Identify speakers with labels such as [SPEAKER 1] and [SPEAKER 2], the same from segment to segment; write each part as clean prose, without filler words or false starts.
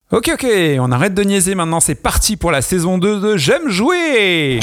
[SPEAKER 1] Ok, on arrête de niaiser maintenant, c'est parti pour la saison 2 de J'aime jouer.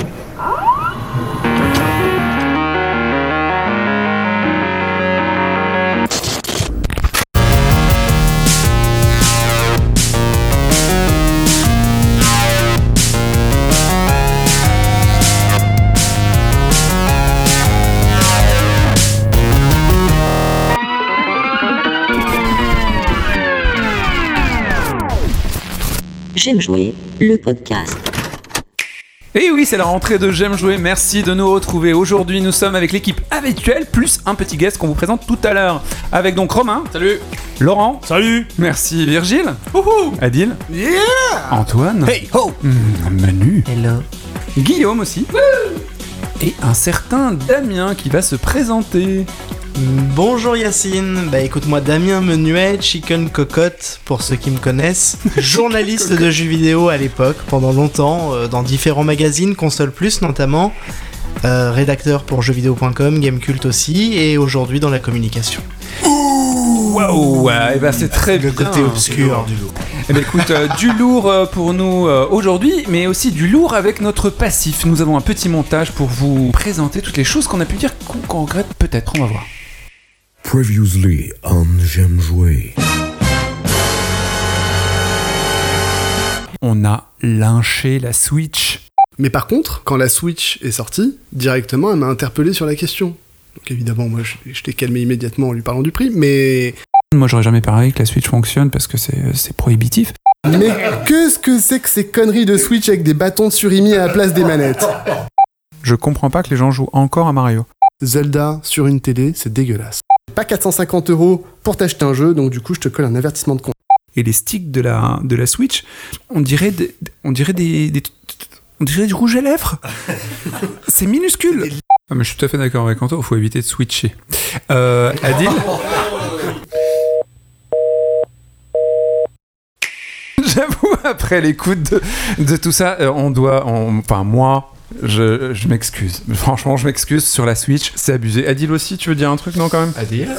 [SPEAKER 2] J'aime jouer, le podcast.
[SPEAKER 1] Et oui, c'est la rentrée de J'aime jouer, merci de nous retrouver. Aujourd'hui, nous sommes avec l'équipe habituelle, plus un petit guest qu'on vous présente tout à l'heure. Avec donc Romain.
[SPEAKER 3] Salut.
[SPEAKER 1] Laurent.
[SPEAKER 3] Salut.
[SPEAKER 1] Merci Virgile.
[SPEAKER 3] Wouhou.
[SPEAKER 1] Adil.
[SPEAKER 3] Yeah.
[SPEAKER 1] Antoine.
[SPEAKER 3] Hey ho.
[SPEAKER 1] Manu.
[SPEAKER 3] Hello.
[SPEAKER 1] Guillaume aussi. Woo. Et un certain Damien qui va se présenter.
[SPEAKER 4] Bonjour Yacine, écoute-moi Damien Menuet, Chicken Cocotte pour ceux qui me connaissent, journaliste de jeux vidéo à l'époque, pendant longtemps, dans différents magazines, Console Plus notamment, rédacteur pour jeuxvideo.com, Gamecult aussi, et aujourd'hui dans la communication.
[SPEAKER 1] Waouh, et ben c'est très bien.
[SPEAKER 4] Le côté obscur.
[SPEAKER 1] Eh ben écoute, du lourd pour nous aujourd'hui, mais aussi du lourd avec notre passif. Nous avons un petit montage pour vous présenter toutes les choses qu'on a pu dire qu'on regrette peut-être, on va voir.
[SPEAKER 5] Previously on J'aime jouer.
[SPEAKER 1] On a lynché la Switch.
[SPEAKER 6] Mais par contre, quand la Switch est sortie, directement, elle m'a interpellé sur la question. Donc évidemment, moi, je t'ai calmé immédiatement en lui parlant du prix, mais...
[SPEAKER 1] Moi, j'aurais jamais parlé que la Switch fonctionne parce que c'est prohibitif.
[SPEAKER 6] Mais qu'est-ce que c'est que ces conneries de Switch avec des bâtons de surimi à la place des manettes ?
[SPEAKER 1] Je comprends pas que les gens jouent encore à Mario.
[SPEAKER 6] Zelda sur une télé, c'est dégueulasse. Pas 450 € pour t'acheter un jeu, donc du coup, je te colle un avertissement de compte.
[SPEAKER 1] Et les sticks de la Switch, on dirait du rouge à lèvres. C'est minuscule. Ah, mais je suis tout à fait d'accord avec Anto, il faut éviter de switcher. Adil. J'avoue, après l'écoute de tout ça, moi, je m'excuse. Franchement, je m'excuse sur la Switch, c'est abusé. Adil aussi, tu veux dire un truc, non, quand même ?
[SPEAKER 3] Adil.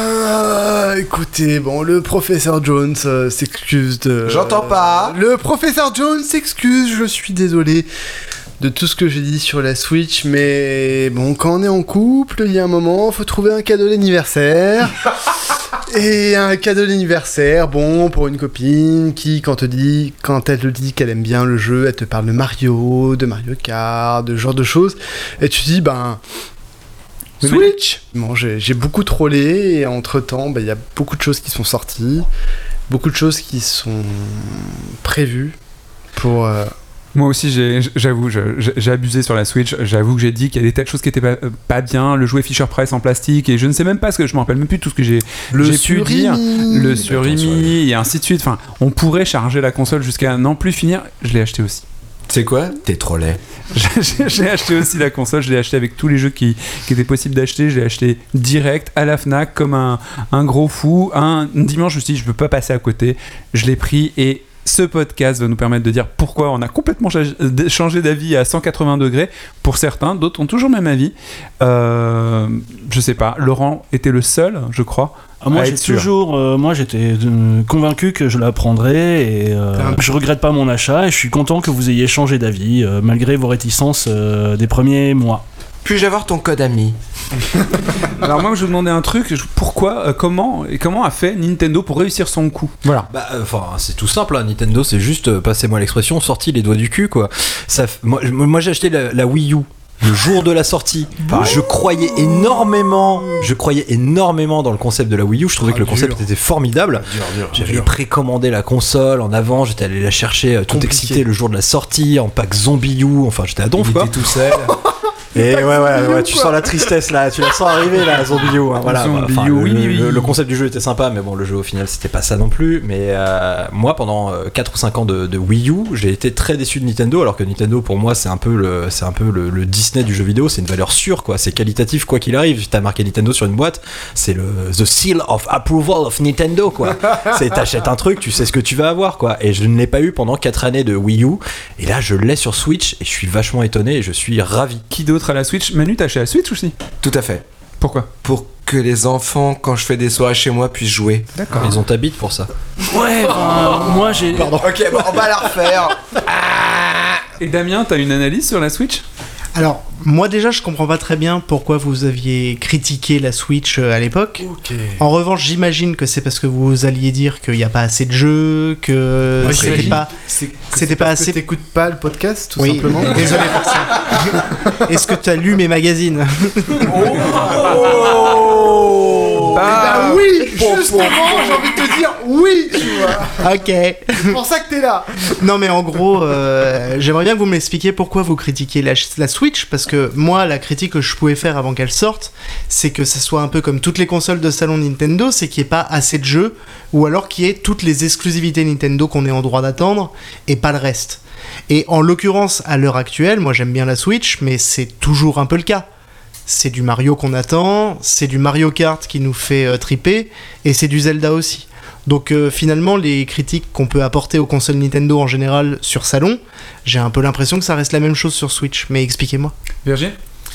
[SPEAKER 6] Écoutez, le professeur Jones s'excuse de...
[SPEAKER 3] J'entends pas.
[SPEAKER 6] Le professeur Jones s'excuse, je suis désolé de tout ce que j'ai dit sur la Switch, mais bon, quand on est en couple, il y a un moment, faut trouver un cadeau d'anniversaire. Et un cadeau d'anniversaire, pour une copine qui, quand elle te dit qu'elle aime bien le jeu, elle te parle de Mario Kart, de ce genre de choses, et tu dis, Switch. Bon, j'ai beaucoup trollé, et entre-temps, il y a beaucoup de choses qui sont sorties, beaucoup de choses qui sont prévues pour...
[SPEAKER 1] Moi aussi, j'avoue, j'ai abusé sur la Switch. J'avoue que j'ai dit qu'il y a des tas de choses qui étaient pas bien. Le jouet Fisher-Price en plastique, et je ne sais même pas ce que je me rappelle même plus de tout ce que j'ai pu dire. Le surimi, et ainsi de suite. Enfin, on pourrait charger la console jusqu'à n'en plus finir. Je l'ai acheté aussi.
[SPEAKER 3] C'est quoi ? T'es trop laid.
[SPEAKER 1] J'ai acheté aussi la console. Je l'ai acheté avec tous les jeux qui étaient possibles d'acheter. Je l'ai acheté direct à la Fnac comme un gros fou. Un dimanche, je me suis dit, je peux pas passer à côté. Je l'ai pris et ce podcast va nous permettre de dire pourquoi on a complètement changé d'avis à 180 degrés pour certains, d'autres ont toujours le même avis. Je sais pas, Laurent était le seul, je crois.
[SPEAKER 7] Moi j'étais convaincu que je la prendrais et je regrette pas mon achat et je suis content que vous ayez changé d'avis malgré vos réticences des premiers mois.
[SPEAKER 3] Puis-je avoir ton code ami ?
[SPEAKER 1] Alors moi je vous demandais un truc, pourquoi, comment a fait Nintendo pour réussir son coup ? Voilà.
[SPEAKER 3] C'est tout simple, hein. Nintendo c'est juste, passez-moi l'expression, sorti les doigts du cul quoi. Moi j'ai acheté la Wii U le jour de la sortie. Je croyais énormément dans le concept de la Wii U. Je trouvais que le concept était formidable. J'avais précommandé la console en avant, j'étais allé la chercher tout excité le jour de la sortie en pack Zombie U. Enfin j'étais à donf quoi.
[SPEAKER 7] Il était tout seul.
[SPEAKER 3] Et ouais, tu sens la tristesse là, tu la sens arriver là, Zombie U. Hein, voilà. Le concept du jeu était sympa, mais bon, le jeu au final c'était pas ça non plus. Mais moi, pendant 4 ou 5 ans de Wii U, j'ai été très déçu de Nintendo, alors que Nintendo pour moi c'est un peu le Disney du jeu vidéo, c'est une valeur sûre quoi, c'est qualitatif quoi qu'il arrive. T'as marqué Nintendo sur une boîte, c'est the seal of approval of Nintendo quoi. T'achètes un truc, tu sais ce que tu vas avoir quoi. Et je ne l'ai pas eu pendant 4 années de Wii U, et là je l'ai sur Switch et je suis vachement étonné et je suis ravi.
[SPEAKER 1] Qui d'autre à la Switch ? Manu, t'as acheté la Switch aussi ?
[SPEAKER 3] Tout à fait.
[SPEAKER 1] Pourquoi ?
[SPEAKER 8] Pour que les enfants, quand je fais des soirées chez moi, puissent jouer.
[SPEAKER 1] D'accord.
[SPEAKER 3] Ils ont ta bite pour ça.
[SPEAKER 7] Ouais, moi j'ai.
[SPEAKER 3] Pardon.
[SPEAKER 8] Ok, bon, on va la refaire.
[SPEAKER 1] Et Damien, t'as une analyse sur la Switch ?
[SPEAKER 4] Alors, moi déjà, je comprends pas très bien pourquoi vous aviez critiqué la Switch à l'époque.
[SPEAKER 6] Ok.
[SPEAKER 4] En revanche, j'imagine que c'est parce que vous alliez dire qu'il n'y a pas assez de jeux, que c'était pas assez.
[SPEAKER 6] T'écoutes pas le podcast, tout
[SPEAKER 4] Oui,
[SPEAKER 6] simplement.
[SPEAKER 4] désolé pour ça. Est-ce que tu as lu mes magazines?
[SPEAKER 6] Bah oui, justement, j'ai envie de te dire oui, tu vois.
[SPEAKER 4] Ok.
[SPEAKER 6] C'est pour ça que t'es là.
[SPEAKER 4] Non mais en gros, j'aimerais bien que vous m'expliquiez pourquoi vous critiquez la Switch, parce que moi, la critique que je pouvais faire avant qu'elle sorte, c'est que ça soit un peu comme toutes les consoles de salon Nintendo, c'est qu'il n'y ait pas assez de jeux, ou alors qu'il y ait toutes les exclusivités Nintendo qu'on est en droit d'attendre, et pas le reste. Et en l'occurrence, à l'heure actuelle, moi j'aime bien la Switch, mais c'est toujours un peu le cas. C'est du Mario qu'on attend, c'est du Mario Kart qui nous fait triper, et c'est du Zelda aussi. Donc finalement, les critiques qu'on peut apporter aux consoles Nintendo en général sur salon, j'ai un peu l'impression que ça reste la même chose sur Switch. Mais expliquez-moi.
[SPEAKER 1] Virgile ?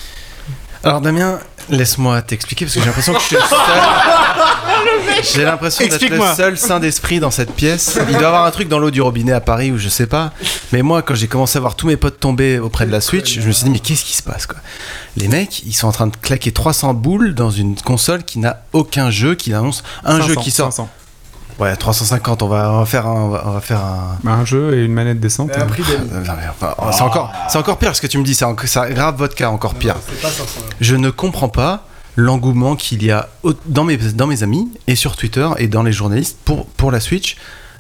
[SPEAKER 3] Alors Damien, laisse-moi t'expliquer parce que j'ai l'impression que je suis le seul. J'ai l'impression d'être le seul saint d'esprit dans cette pièce. Il doit y avoir un truc dans l'eau du robinet à Paris ou je sais pas. Mais moi, quand j'ai commencé à voir tous mes potes tomber auprès de la Switch, je me suis dit mais qu'est-ce qui se passe quoi ? Les mecs, ils sont en train de claquer 300 boules dans une console qui n'a aucun jeu, qui annonce un
[SPEAKER 1] 500,
[SPEAKER 3] jeu qui sort.
[SPEAKER 1] 500.
[SPEAKER 3] Ouais, 350. On va faire un.
[SPEAKER 1] Un jeu et une manette décente.
[SPEAKER 6] Un prix d'amis.
[SPEAKER 3] C'est encore pire ce que tu me dis. Ça aggrave votre cas encore pire.
[SPEAKER 6] C'est pas 500 €.
[SPEAKER 3] Je ne comprends pas l'engouement qu'il y a dans mes amis et sur Twitter et dans les journalistes pour la Switch,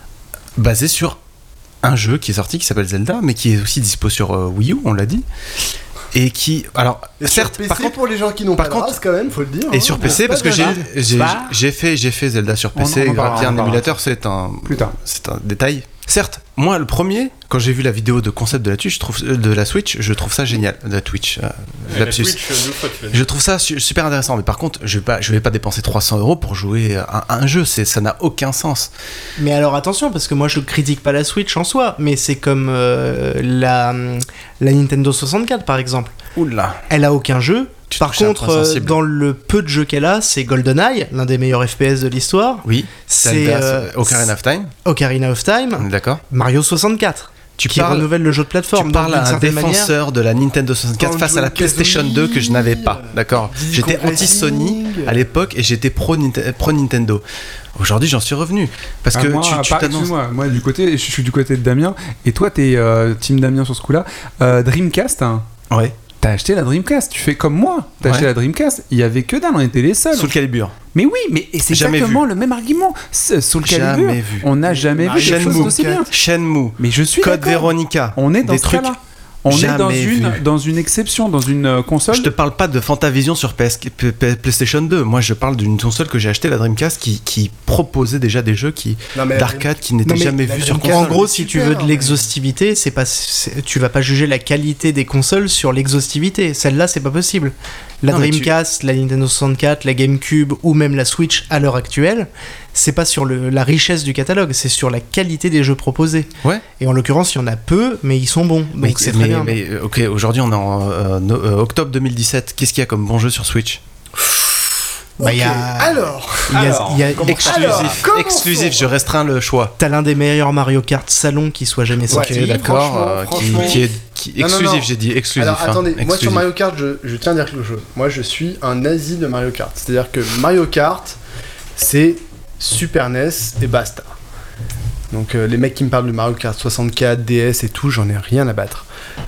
[SPEAKER 3] basé sur un jeu qui est sorti qui s'appelle Zelda, mais qui est aussi dispo sur Wii U, on l'a dit. Et qui, alors,
[SPEAKER 6] Et
[SPEAKER 3] certes,
[SPEAKER 6] sur PC,
[SPEAKER 3] par contre,
[SPEAKER 6] pour les gens qui n'ont pas de race, quand même, faut le dire.
[SPEAKER 3] et sur PC, parce que j'ai fait Zelda sur PC,
[SPEAKER 1] on en parlera,
[SPEAKER 3] via un
[SPEAKER 1] on en
[SPEAKER 3] émulateur, c'est un détail. Certes, moi, le premier, quand j'ai vu la vidéo de concept de la Switch, je trouve ça génial. De la Twitch, lapsus. Je trouve ça super intéressant, mais par contre, je vais pas dépenser 300 € pour jouer à un jeu, ça n'a aucun sens.
[SPEAKER 4] Mais alors attention, parce que moi je critique pas la Switch en soi, mais c'est comme la Nintendo 64 par exemple.
[SPEAKER 3] Oula.
[SPEAKER 4] Elle a aucun jeu. Par contre, dans le peu de jeux qu'elle a, c'est GoldenEye, l'un des meilleurs FPS de l'histoire.
[SPEAKER 3] Oui,
[SPEAKER 4] c'est
[SPEAKER 3] Ocarina of Time.
[SPEAKER 4] Ocarina of Time.
[SPEAKER 3] D'accord.
[SPEAKER 4] Mario 64. Qui renouvelle le jeu de plateforme.
[SPEAKER 3] Tu parles à un défenseur de la Nintendo 64 face à la PlayStation 2 que je n'avais pas, d'accord. J'étais anti-Sony à l'époque et j'étais pro Nintendo. Aujourd'hui, j'en suis revenu parce que
[SPEAKER 1] moi,
[SPEAKER 3] tu t'annonces.
[SPEAKER 1] Moi, je suis du côté de Damien et toi, t'es team Damien sur ce coup-là. Dreamcast. Hein.
[SPEAKER 3] Ouais.
[SPEAKER 1] T'as acheté la Dreamcast, tu fais comme moi. T'as acheté la Dreamcast, il y avait que dalle, on était les seuls.
[SPEAKER 3] Soul Calibur.
[SPEAKER 1] Mais oui, mais c'est exactement le même argument. Soul Calibur, on n'a jamais vu quelque chose d'aussi bien.
[SPEAKER 3] Shenmue.
[SPEAKER 1] Mais je suis
[SPEAKER 3] Code
[SPEAKER 1] d'accord.
[SPEAKER 3] Veronica.
[SPEAKER 1] On est dans ce cas-là. On est
[SPEAKER 3] Jamais
[SPEAKER 1] dans une exception, dans une console.
[SPEAKER 3] Je te parle pas de Fantavision sur PlayStation 2. Moi, je parle d'une console que j'ai achetée, la Dreamcast, qui proposait déjà des jeux d'arcade qui n'étaient jamais vus sur console.
[SPEAKER 4] En gros, si tu veux de l'exhaustivité, tu vas pas juger la qualité des consoles sur l'exhaustivité. Celle-là, c'est pas possible. La Dreamcast, la Nintendo 64, la GameCube ou même la Switch à l'heure actuelle, c'est pas sur la richesse du catalogue, c'est sur la qualité des jeux proposés.
[SPEAKER 3] Ouais.
[SPEAKER 4] Et en l'occurrence, il y en a peu, mais ils sont bons. Donc c'est très bien.
[SPEAKER 3] Mais ok, aujourd'hui on est en octobre 2017. Qu'est-ce qu'il y a comme bon jeu sur Switch ?
[SPEAKER 4] Bah, y a...
[SPEAKER 6] Alors,
[SPEAKER 4] il y a
[SPEAKER 3] exclusif, je restreins le choix.
[SPEAKER 4] T'as l'un des meilleurs Mario Kart salon qui soit jamais sorti.
[SPEAKER 3] Ok, d'accord, qui est exclusif, j'ai dit exclusif.
[SPEAKER 6] Alors attendez, moi
[SPEAKER 3] exclusif.
[SPEAKER 6] sur Mario Kart, je tiens à dire quelque chose. Moi je suis un nazi de Mario Kart. C'est-à-dire que Mario Kart, c'est Super NES et basta. Donc les mecs qui me parlent de Mario Kart 64, DS et tout, j'en ai rien à battre.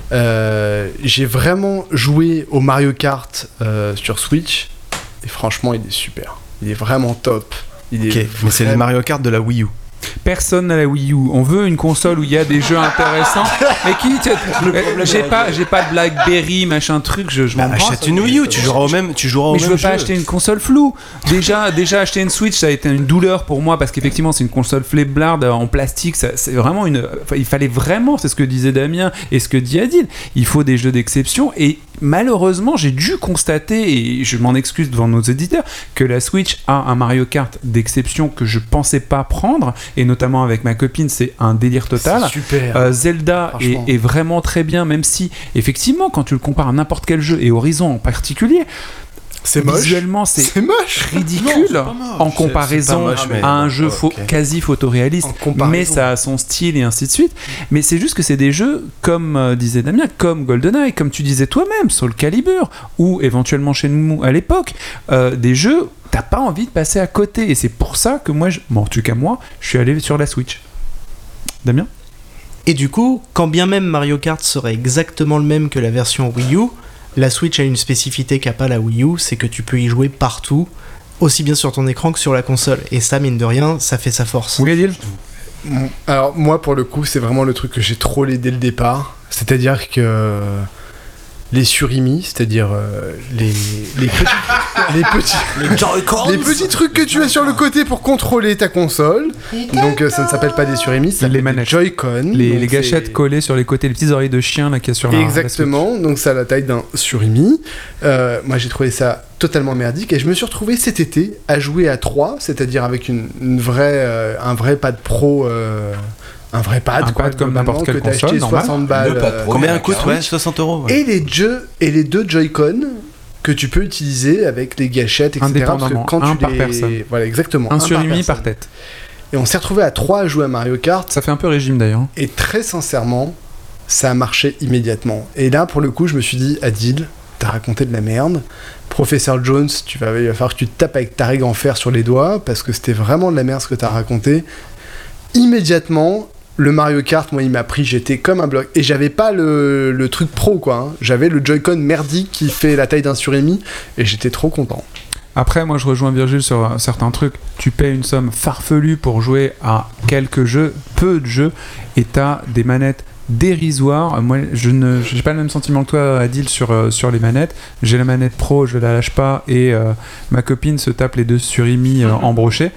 [SPEAKER 6] J'ai vraiment joué au Mario Kart sur Switch. Et franchement, il est super. Il est vraiment top.
[SPEAKER 3] Mais c'est le Mario Kart de la Wii U.
[SPEAKER 1] Personne n'a la Wii U. On veut une console où il y a des jeux intéressants. Mais j'ai pas de BlackBerry, machin truc. Je m'en branle.
[SPEAKER 3] Achète une Wii U, tu joueras au même jeu.
[SPEAKER 1] Mais je veux pas acheter une console floue. Déjà acheter une Switch, ça a été une douleur pour moi parce qu'effectivement, c'est une console fléblarde en plastique. C'est vraiment il fallait vraiment, c'est ce que disait Damien et ce que dit Adil. Il faut des jeux d'exception et malheureusement, j'ai dû constater, et je m'en excuse devant nos éditeurs, que la Switch a un Mario Kart d'exception que je pensais pas prendre, et notamment avec ma copine, c'est un délire total.
[SPEAKER 6] C'est super.
[SPEAKER 1] Zelda est vraiment très bien, même si, effectivement, quand tu le compares à n'importe quel jeu, et Horizon en particulier,
[SPEAKER 6] C'est moche.
[SPEAKER 1] Visuellement, c'est
[SPEAKER 6] moche.
[SPEAKER 1] ridicule en comparaison à un jeu quasi photoréaliste, mais ça a son style et ainsi de suite. Mais c'est juste que c'est des jeux, comme disait Damien, comme GoldenEye, comme tu disais toi-même, Soul Calibur, ou éventuellement chez nous à l'époque, des jeux, t'as pas envie de passer à côté. Et c'est pour ça que moi, en tout cas moi, je suis allé sur la Switch. Damien ?
[SPEAKER 4] Et du coup, quand bien même Mario Kart serait exactement le même que la version Wii U, la Switch a une spécificité qu'a pas la Wii U, c'est que tu peux y jouer partout, aussi bien sur ton écran que sur la console. Et ça, mine de rien, ça fait sa force.
[SPEAKER 1] Oui, Adil ?
[SPEAKER 6] Alors moi, pour le coup, c'est vraiment le truc que j'ai trollé dès le départ. C'est-à-dire que les surimi, c'est-à-dire les petits trucs que tu as sur le côté pour contrôler ta console. Donc ça ne s'appelle pas des surimi, ça s'appelle des Joy-Con.
[SPEAKER 1] Les gâchettes collées sur les côtés, les petites oreilles de chien là qu'il y a sur la
[SPEAKER 6] Exactement, donc ça a la taille d'un surimi. Moi j'ai trouvé ça totalement merdique et je me suis retrouvé cet été à jouer à 3, c'est-à-dire avec un vrai pad pro. Un vrai pad,
[SPEAKER 1] un pad comme n'importe quelle console,
[SPEAKER 6] acheté 60 balles.
[SPEAKER 3] Combien coûte 60 €.
[SPEAKER 6] Ouais. Et les deux Joy-Con que tu peux utiliser avec les gâchettes, etc.
[SPEAKER 1] Indépendamment, par personne.
[SPEAKER 6] Voilà, exactement.
[SPEAKER 1] Un surimi par tête.
[SPEAKER 6] Et on s'est retrouvé à 3 à jouer à Mario Kart.
[SPEAKER 1] Ça fait un peu régime d'ailleurs.
[SPEAKER 6] Et très sincèrement, ça a marché immédiatement. Et là, pour le coup, je me suis dit, Adil, t'as raconté de la merde. Professeur Jones, il va falloir que tu te tapes avec ta règle en fer sur les doigts, parce que c'était vraiment de la merde ce que t'as raconté. Immédiatement, le Mario Kart, moi, il m'a pris, j'étais comme un bloc. Et j'avais pas le truc pro, quoi. Hein. J'avais le Joy-Con merdique qui fait la taille d'un surimi, et j'étais trop content.
[SPEAKER 1] Après, moi, je rejoins Virgile sur certains trucs. Tu payes une somme farfelue pour jouer à quelques jeux, peu de jeux, et t'as des manettes dérisoires. Moi, j'ai pas le même sentiment que toi, Adil, sur les manettes. J'ai la manette pro, je la lâche pas, et ma copine se tape les deux surimi embrochés.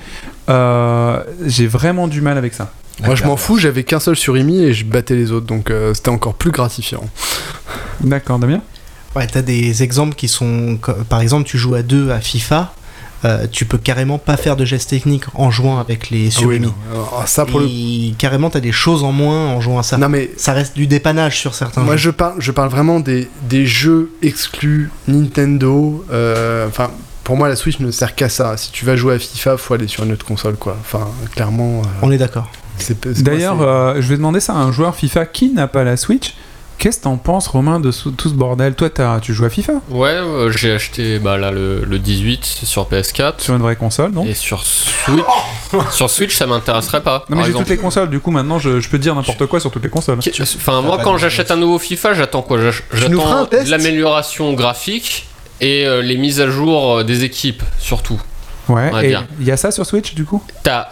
[SPEAKER 1] J'ai vraiment du mal avec ça.
[SPEAKER 6] Moi je m'en fous, j'avais qu'un seul surimi et je battais les autres, donc c'était encore plus gratifiant.
[SPEAKER 1] D'accord, Damien ?
[SPEAKER 4] Ouais, t'as des exemples qui sont... Par exemple, tu joues à 2 à FIFA, tu peux carrément pas faire de gestes techniques en jouant avec les surimi.
[SPEAKER 6] Ça pour
[SPEAKER 4] carrément, t'as des choses en moins en jouant à ça.
[SPEAKER 6] Non, mais
[SPEAKER 4] ça reste du dépannage sur certains
[SPEAKER 6] jeux.
[SPEAKER 4] Moi,
[SPEAKER 6] je parle vraiment des jeux exclus Nintendo. Enfin... Pour moi, la Switch ne sert qu'à ça. Si tu vas jouer à FIFA, faut aller sur une autre console, quoi. Enfin, clairement.
[SPEAKER 4] On est d'accord.
[SPEAKER 1] D'ailleurs, je vais demander ça à un joueur FIFA qui n'a pas la Switch. Qu'est-ce que t'en penses, Romain, de tout ce bordel ? Toi, tu joues à FIFA ?
[SPEAKER 9] Ouais, j'ai acheté là, le 18 sur PS4.
[SPEAKER 1] Sur une vraie console, non ?
[SPEAKER 9] Et sur Switch, sur Switch, ça m'intéresserait pas.
[SPEAKER 1] Non, mais j'ai toutes les consoles, du coup, maintenant, je peux dire n'importe quoi sur toutes les consoles.
[SPEAKER 9] Enfin, moi, quand j'achète un nouveau FIFA, j'attends quoi ? J'attends de l'amélioration graphique et les mises à jour des équipes, surtout.
[SPEAKER 1] Ouais, et il y a ça sur Switch, du coup ?
[SPEAKER 9] T'as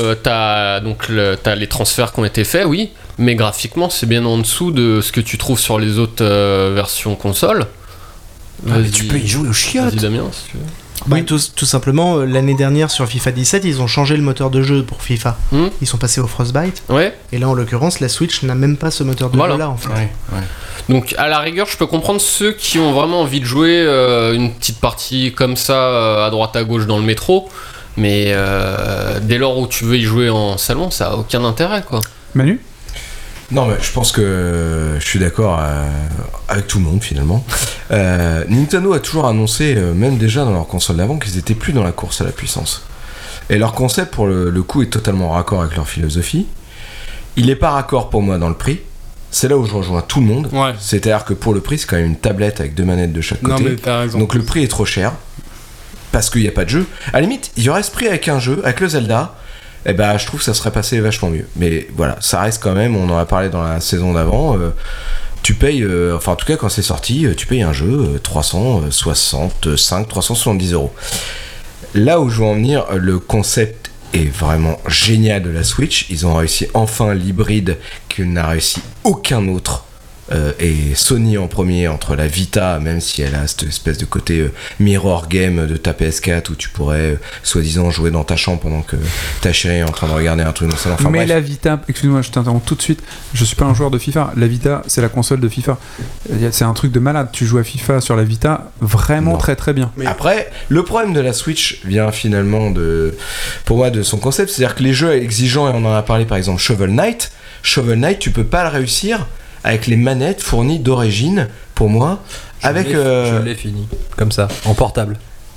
[SPEAKER 9] les transferts qui ont été faits, oui, mais graphiquement, c'est bien en dessous de ce que tu trouves sur les autres versions console.
[SPEAKER 3] Mais tu peux y jouer au chiottes.
[SPEAKER 9] Vas-y, Damien, si tu veux.
[SPEAKER 4] Oui, tout simplement, l'année dernière sur FIFA 17, ils ont changé le moteur de jeu pour FIFA. Ils sont passés au Frostbite.
[SPEAKER 9] Ouais.
[SPEAKER 4] Et là, en l'occurrence, la Switch n'a même pas ce moteur de jeu-là, en fait.
[SPEAKER 3] Ouais.
[SPEAKER 9] Donc, à la rigueur, je peux comprendre ceux qui ont vraiment envie de jouer une petite partie comme ça, à droite à gauche dans le métro. Mais dès lors où tu veux y jouer en salon, ça a aucun intérêt, quoi.
[SPEAKER 1] Manu ?
[SPEAKER 8] Non, mais je pense que je suis d'accord avec tout le monde finalement. Nintendo a toujours annoncé, même déjà dans leur console d'avant, qu'ils étaient plus dans la course à la puissance. Et leur concept, pour le coup, est totalement raccord avec leur philosophie. Il n'est pas raccord pour moi dans le prix. C'est là où je rejoins tout le monde.
[SPEAKER 10] Ouais.
[SPEAKER 8] C'est-à-dire que pour le prix, c'est quand même une tablette avec 2 manettes de chaque côté.
[SPEAKER 10] Non, mais t'as raison.
[SPEAKER 8] Donc le prix est trop cher parce qu'il n'y a pas de jeu. À la limite, il y aurait ce prix avec un jeu, avec le Zelda. Eh ben, je trouve que ça serait passé vachement mieux. Mais voilà, ça reste quand même, on en a parlé dans la saison d'avant, tu payes, enfin en tout cas quand c'est sorti, tu payes un jeu 370 €. Là où je veux en venir, le concept est vraiment génial de la Switch. Ils ont réussi enfin l'hybride que n'a réussi aucun autre. Et Sony en premier entre la Vita, même si elle a cette espèce de côté mirror game de ta PS4 où tu pourrais soi-disant jouer dans ta chambre pendant que ta chérie est en train de regarder un truc dans le salon. Enfin,
[SPEAKER 1] mais
[SPEAKER 8] bref.
[SPEAKER 1] la Vita, excuse-moi, je t'interromps tout de suite, je suis pas un joueur de FIFA. La Vita, c'est la console de FIFA. C'est un truc de malade. Tu joues à FIFA sur la Vita, vraiment très très bien.
[SPEAKER 8] Mais après, le problème de la Switch vient finalement pour moi de son concept, c'est-à-dire que les jeux exigeants, et on en a parlé par exemple Shovel Knight, tu peux pas le réussir avec les manettes fournies d'origine, pour moi,
[SPEAKER 3] Je l'ai fini, comme ça, en portable.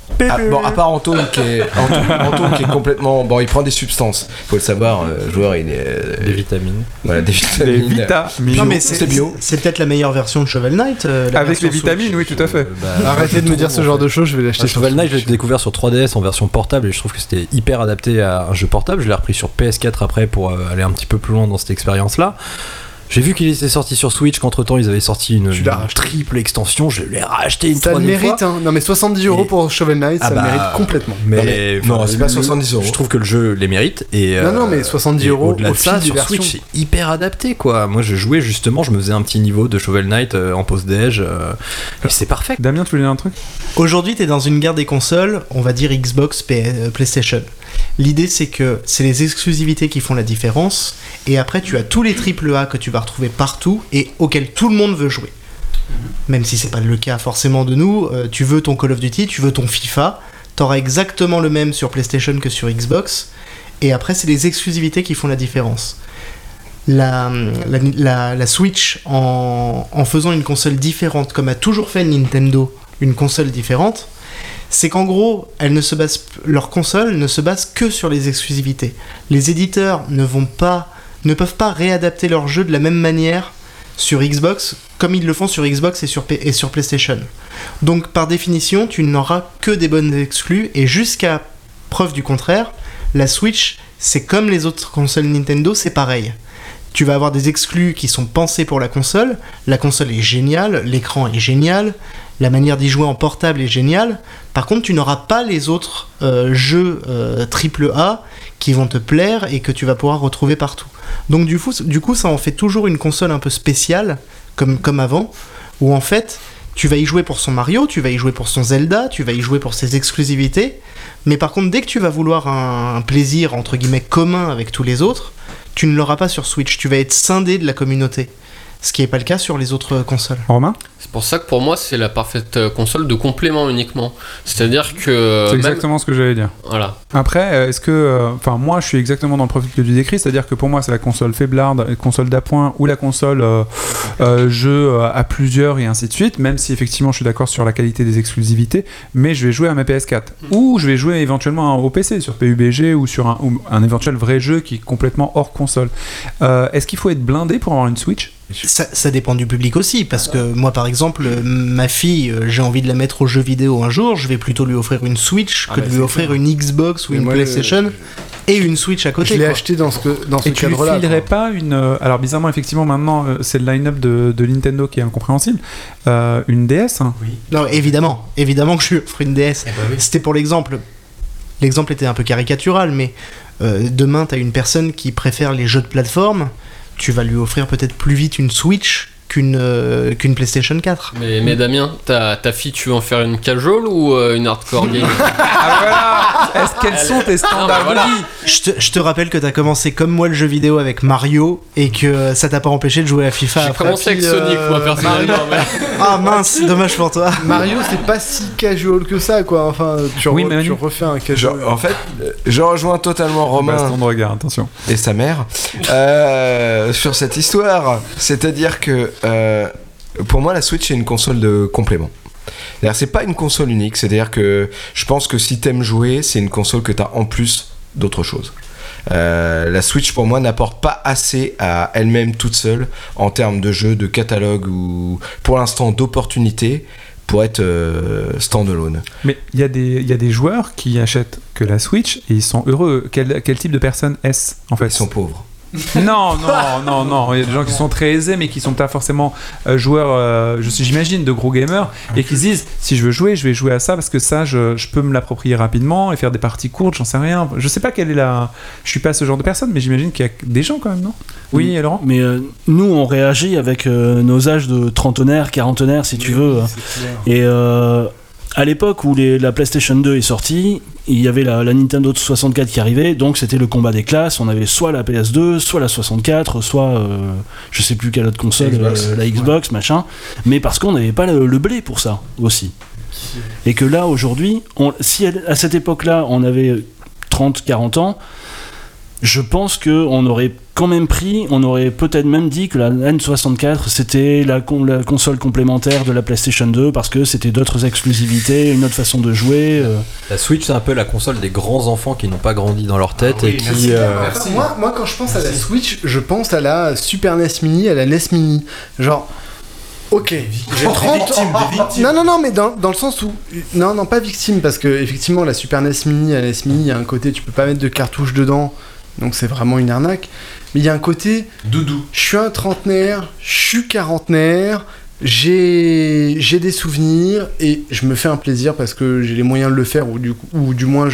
[SPEAKER 8] À part Antoine qui est complètement... Bon, il prend des substances, faut le savoir, le joueur il est...
[SPEAKER 3] Des vitamines.
[SPEAKER 8] Voilà, des vitamines.
[SPEAKER 4] Non mais
[SPEAKER 8] c'est bio.
[SPEAKER 4] C'est peut-être la meilleure version de Shovel Knight.
[SPEAKER 1] Avec les vitamines,
[SPEAKER 4] Switch.
[SPEAKER 1] oui, tout à fait.
[SPEAKER 6] Arrêtez de me dire ce genre de choses, je vais l'acheter sur
[SPEAKER 3] Shovel Knight, je l'ai découvert sur 3DS en version portable et je trouve que c'était hyper adapté à un jeu portable. Je l'ai repris sur PS4 après pour aller un petit peu plus loin dans cette expérience-là. J'ai vu qu'il était sorti sur Switch, qu'entre temps ils avaient sorti une triple extension, je l'ai racheté une troisième fois.
[SPEAKER 6] Ça le mérite, hein. Non mais 70 € pour Shovel Knight, ça le mérite complètement.
[SPEAKER 3] Mais
[SPEAKER 8] non, c'est pas 70 €.
[SPEAKER 3] Je trouve que le jeu les mérite. Et,
[SPEAKER 6] non, mais 70 €
[SPEAKER 3] au-delà de ça, sur
[SPEAKER 6] versions.
[SPEAKER 3] Switch, c'est hyper adapté quoi. Moi je jouais justement, je me faisais un petit niveau de Shovel Knight en pause-déj, et c'est parfait.
[SPEAKER 1] Damien, tu voulais dire un truc ?
[SPEAKER 4] Aujourd'hui, t'es dans une guerre des consoles, on va dire Xbox, PlayStation. L'idée, c'est que c'est les exclusivités qui font la différence, et après, tu as tous les AAA que tu vas retrouver partout et auxquels tout le monde veut jouer. Même si c'est pas le cas forcément de nous, tu veux ton Call of Duty, tu veux ton FIFA, t'auras exactement le même sur PlayStation que sur Xbox, et après, c'est les exclusivités qui font la différence. La Switch, en faisant une console différente, comme a toujours fait Nintendo, une console différente, c'est qu'en gros, leur console ne se base que sur les exclusivités. Les éditeurs ne peuvent pas réadapter leur jeu de la même manière sur Xbox comme ils le font sur Xbox et sur PlayStation. Donc par définition, tu n'auras que des bonnes exclus, et jusqu'à preuve du contraire, la Switch, c'est comme les autres consoles Nintendo, c'est pareil. Tu vas avoir des exclus qui sont pensés pour la console est géniale, l'écran est génial, la manière d'y jouer en portable est géniale. Par contre, tu n'auras pas les autres jeux AAA qui vont te plaire et que tu vas pouvoir retrouver partout. Donc du coup, ça en fait toujours une console un peu spéciale, comme avant, où en fait, tu vas y jouer pour son Mario, tu vas y jouer pour son Zelda, tu vas y jouer pour ses exclusivités, mais par contre, dès que tu vas vouloir un plaisir, entre guillemets, commun avec tous les autres, tu ne l'auras pas sur Switch, tu vas être scindé de la communauté. Ce qui n'est pas le cas sur les autres consoles.
[SPEAKER 1] Romain ?
[SPEAKER 9] C'est pour ça que pour moi, c'est la parfaite console de complément uniquement. C'est-à-dire que...
[SPEAKER 1] C'est exactement ce que j'allais dire.
[SPEAKER 9] Voilà.
[SPEAKER 1] Après, est-ce que... Enfin, moi, je suis exactement dans le profil que tu décris, c'est-à-dire que pour moi, c'est la console faiblarde, la console d'appoint ou la console jeu à plusieurs et ainsi de suite, même si effectivement, je suis d'accord sur la qualité des exclusivités, mais je vais jouer à ma PS4. Ou je vais jouer éventuellement au PC, sur PUBG ou sur un éventuel vrai jeu qui est complètement hors console. Est-ce qu'il faut être blindé pour avoir une Switch ?
[SPEAKER 4] Ça dépend du public aussi, parce que moi par exemple, ma fille, j'ai envie de la mettre aux jeux vidéo un jour, je vais plutôt lui offrir une Switch que de lui offrir une Xbox ou une PlayStation et une Switch à côté.
[SPEAKER 6] Je l'ai acheté dans ce cadre-là.
[SPEAKER 1] Et tu lui filerais pas une... alors bizarrement, effectivement, maintenant, c'est le line-up de Nintendo qui est incompréhensible. Une DS hein.
[SPEAKER 4] Oui. Non, évidemment que je lui offre une DS. Oui. C'était pour l'exemple. L'exemple était un peu caricatural, mais demain, t'as une personne qui préfère les jeux de plateforme, tu vas lui offrir peut-être plus vite une Switch qu'une PlayStation 4.
[SPEAKER 9] Mais Damien, ta fille, tu veux en faire une casual ou une hardcore game?
[SPEAKER 1] Ah voilà. Quels sont tes standards de vie?
[SPEAKER 4] Je te rappelle que t'as commencé comme moi le jeu vidéo avec Mario et que ça t'a pas empêché de jouer à FIFA.
[SPEAKER 9] J'ai commencé avec Sonic, moi personnellement.
[SPEAKER 4] Ah mince, dommage pour toi.
[SPEAKER 6] Mario, c'est pas si casual que ça, quoi. Enfin, tu refais un casual.
[SPEAKER 8] En fait, je rejoins totalement Romain
[SPEAKER 1] de regard, attention.
[SPEAKER 8] Et sa mère sur cette histoire. C'est-à-dire que pour moi, la Switch est une console de complément. C'est pas une console unique, c'est-à-dire que je pense que si t'aimes jouer, c'est une console que t'as en plus d'autre chose. La Switch pour moi n'apporte pas assez à elle-même toute seule en termes de jeu, de catalogue ou pour l'instant d'opportunités pour être standalone.
[SPEAKER 1] Mais il y a des joueurs qui achètent que la Switch et ils sont heureux. Quel type de personnes est-ce en fait?
[SPEAKER 8] Ils sont pauvres.
[SPEAKER 1] Non, il y a des gens qui sont très aisés mais qui sont pas forcément joueurs, j'imagine, de gros gamers et qui se disent si je veux jouer, je vais jouer à ça parce que ça, je peux me l'approprier rapidement et faire des parties courtes, j'en sais rien. Je sais pas quelle est je suis pas ce genre de personne, mais j'imagine qu'il y a des gens quand même, non? Oui, Laurent?
[SPEAKER 7] Mais nous, on réagit avec nos âges de trentenaires, quarantenaires, si tu veux. Et à l'époque où la PlayStation 2 est sortie, il y avait la Nintendo 64 qui arrivait, donc c'était le combat des classes. On avait soit la PS2, soit la 64, soit je sais plus quelle autre console, la Xbox, machin. Mais parce qu'on n'avait pas le blé pour ça aussi. Et que là, aujourd'hui, si à cette époque-là, on avait 30-40 ans, je pense qu'on aurait qu'en même prix, on aurait peut-être même dit que la N64 c'était la console complémentaire de la PlayStation 2 parce que c'était d'autres exclusivités, une autre façon de jouer.
[SPEAKER 3] La Switch, c'est un peu la console des grands enfants qui n'ont pas grandi dans leur tête et qui.
[SPEAKER 6] Merci. Moi, quand je pense à la Switch, je pense à la Super NES Mini, à la NES Mini. Genre. Ok, j'ai 30 Non, mais dans le sens où... Non, pas victime, parce que effectivement la Super NES Mini, la NES Mini, il y a un côté, tu peux pas mettre de cartouches dedans, donc c'est vraiment une arnaque. Mais il y a un côté...
[SPEAKER 8] Doudou.
[SPEAKER 6] Je suis un trentenaire, je suis quarantenaire, j'ai des souvenirs, et je me fais un plaisir parce que j'ai les moyens de le faire, ou du moins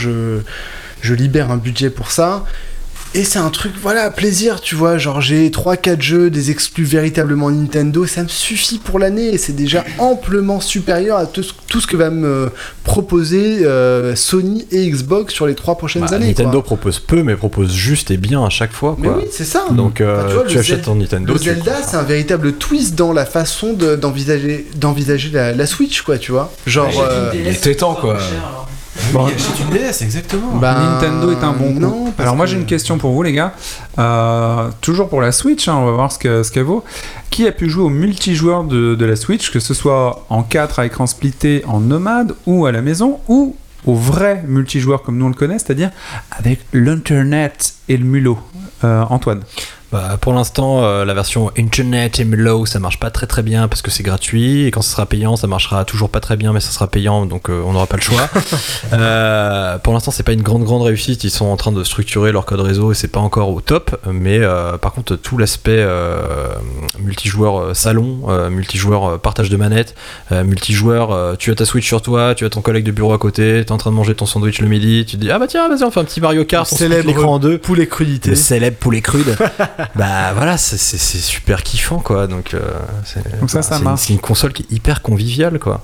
[SPEAKER 6] je libère un budget pour ça. Et c'est un truc, voilà, plaisir, tu vois, genre j'ai 3-4 jeux, des exclus véritablement Nintendo, ça me suffit pour l'année, et c'est déjà amplement supérieur à tout ce que va me proposer Sony et Xbox sur les 3 prochaines années.
[SPEAKER 3] Nintendo propose peu, mais propose juste et bien à chaque fois, quoi.
[SPEAKER 6] Mais oui, c'est ça.
[SPEAKER 3] Donc tu vois, tu achètes ton Nintendo.
[SPEAKER 6] Le Zelda, c'est un véritable twist dans la façon d'envisager la Switch, quoi, tu vois. Genre...
[SPEAKER 8] il était temps, quoi.
[SPEAKER 1] Bon,
[SPEAKER 10] achète une DS, exactement.
[SPEAKER 1] Nintendo est un bon coup.
[SPEAKER 6] Non,
[SPEAKER 1] alors moi j'ai une question pour vous les gars. Toujours pour la Switch, on va voir ce qu'elle vaut. Qui a pu jouer au multijoueur de la Switch, que ce soit en 4 à écran splitté en nomade ou à la maison, ou au vrai multijoueur comme nous on le connaît, c'est-à-dire avec l'internet et le mulot. Antoine.
[SPEAKER 3] Pour l'instant, la version Internet et Melo, ça marche pas très très bien parce que c'est gratuit, et quand ça sera payant, ça marchera toujours pas très bien, mais ça sera payant, donc on n'aura pas le choix. Pour l'instant, c'est pas une grande réussite. Ils sont en train de structurer leur code réseau et c'est pas encore au top, mais par contre, tout l'aspect multijoueur salon, multijoueur partage de manette, multijoueur, tu as ta Switch sur toi, tu as ton collègue de bureau à côté, t'es en train de manger ton sandwich le midi, tu te dis ah bah tiens, vas-y, on fait un petit Mario Kart, on split l'écran en deux.
[SPEAKER 6] Poulet crudité.
[SPEAKER 3] Le célèbre poulet crude. Bah voilà, c'est super kiffant, quoi. Donc
[SPEAKER 1] ça marche.
[SPEAKER 3] C'est une console qui est hyper conviviale, quoi.